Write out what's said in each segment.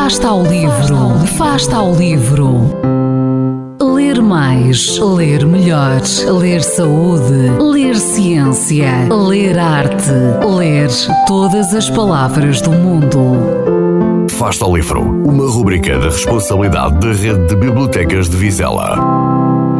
Afasta ao livro, afasta ao livro. Ler mais, ler melhor, ler saúde, ler ciência, ler arte, ler todas as palavras do mundo. Afasta ao livro, uma rubrica da responsabilidade da Rede de Bibliotecas de Vizela.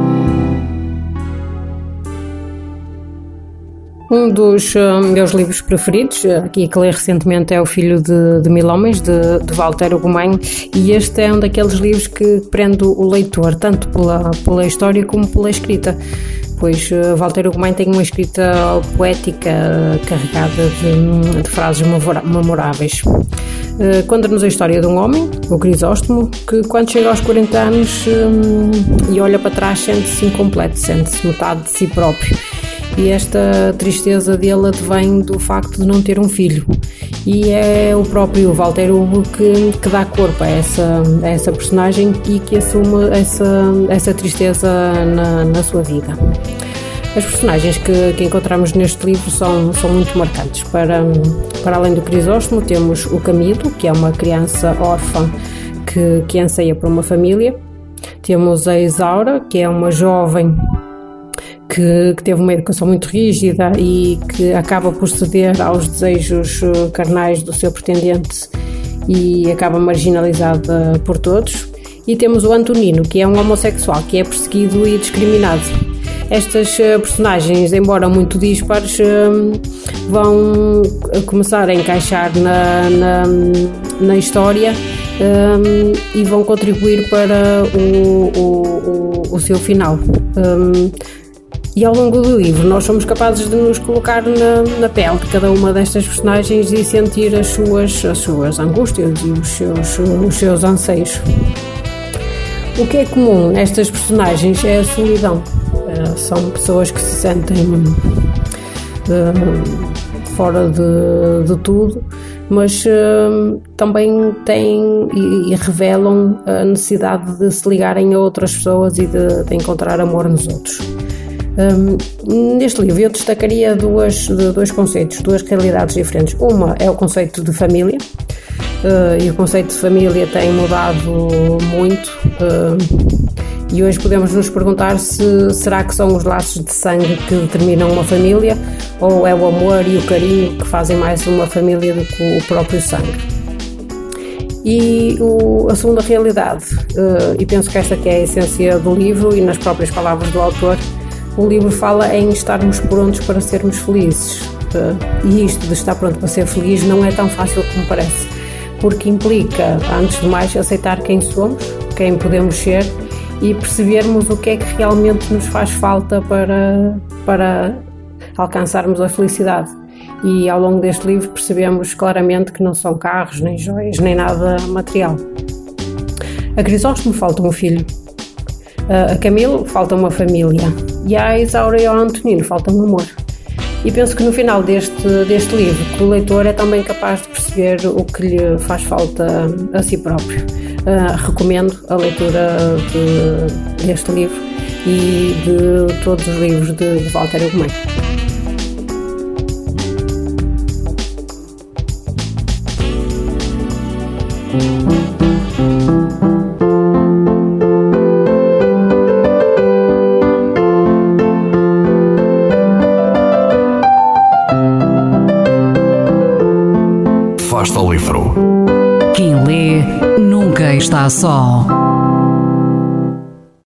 Um dos meus livros preferidos, aqui que li recentemente, é O Filho de Mil Homens, de Walter Ugumem, e este é um daqueles livros que prende o leitor, tanto pela história como pela escrita, pois Walter Ugumem tem uma escrita poética carregada de frases memoráveis. Conta-nos a história de um homem, o Crisóstomo, que quando chega aos 40 anos e olha para trás sente-se incompleto, sente-se metade de si próprio. E esta tristeza dele advém do facto de não ter um filho. E é o próprio Walter Hugo que dá corpo a essa personagem e que assume essa tristeza na sua vida. As personagens que encontramos neste livro são muito marcantes. Para além do Crisóstomo, temos o Camilo, que é uma criança órfã que anseia por uma família. Temos a Isaura, que é uma jovem que teve uma educação muito rígida e que acaba por ceder aos desejos carnais do seu pretendente e acaba marginalizada por todos. E temos o Antonino, que é um homossexual que é perseguido e discriminado. Estas personagens, embora muito dispares, vão começar a encaixar na história e vão contribuir para o seu final. E ao longo do livro nós somos capazes de nos colocar na pele de cada uma destas personagens e sentir as suas angústias e os seus anseios. O que é comum nestas personagens é a solidão. São pessoas que se sentem fora de tudo, mas também têm e revelam a necessidade de se ligarem a outras pessoas e de encontrar amor nos outros. Neste livro eu destacaria dois conceitos, duas realidades diferentes. Uma é o conceito de família, e o conceito de família tem mudado muito, e hoje podemos nos perguntar será que são os laços de sangue que determinam uma família, ou é o amor e o carinho que fazem mais uma família do que o próprio sangue. E a segunda realidade, e penso que esta que é a essência do livro e nas próprias palavras do autor, o livro fala em estarmos prontos para sermos felizes. E isto de estar pronto para ser feliz não é tão fácil como parece, porque implica, antes de mais, aceitar quem somos, quem podemos ser e percebermos o que é que realmente nos faz falta para alcançarmos a felicidade. E ao longo deste livro percebemos claramente que não são carros, nem joias, nem nada material. A Crisóstomo falta um filho. A Camilo falta uma família e a Isaura e ao Antonino falta um amor. E penso que no final deste livro que o leitor é também capaz de perceber o que lhe faz falta a si próprio. Recomendo a leitura deste livro e de todos os livros de Walter Ugumem. Afasta ao livro. Quem lê nunca está só.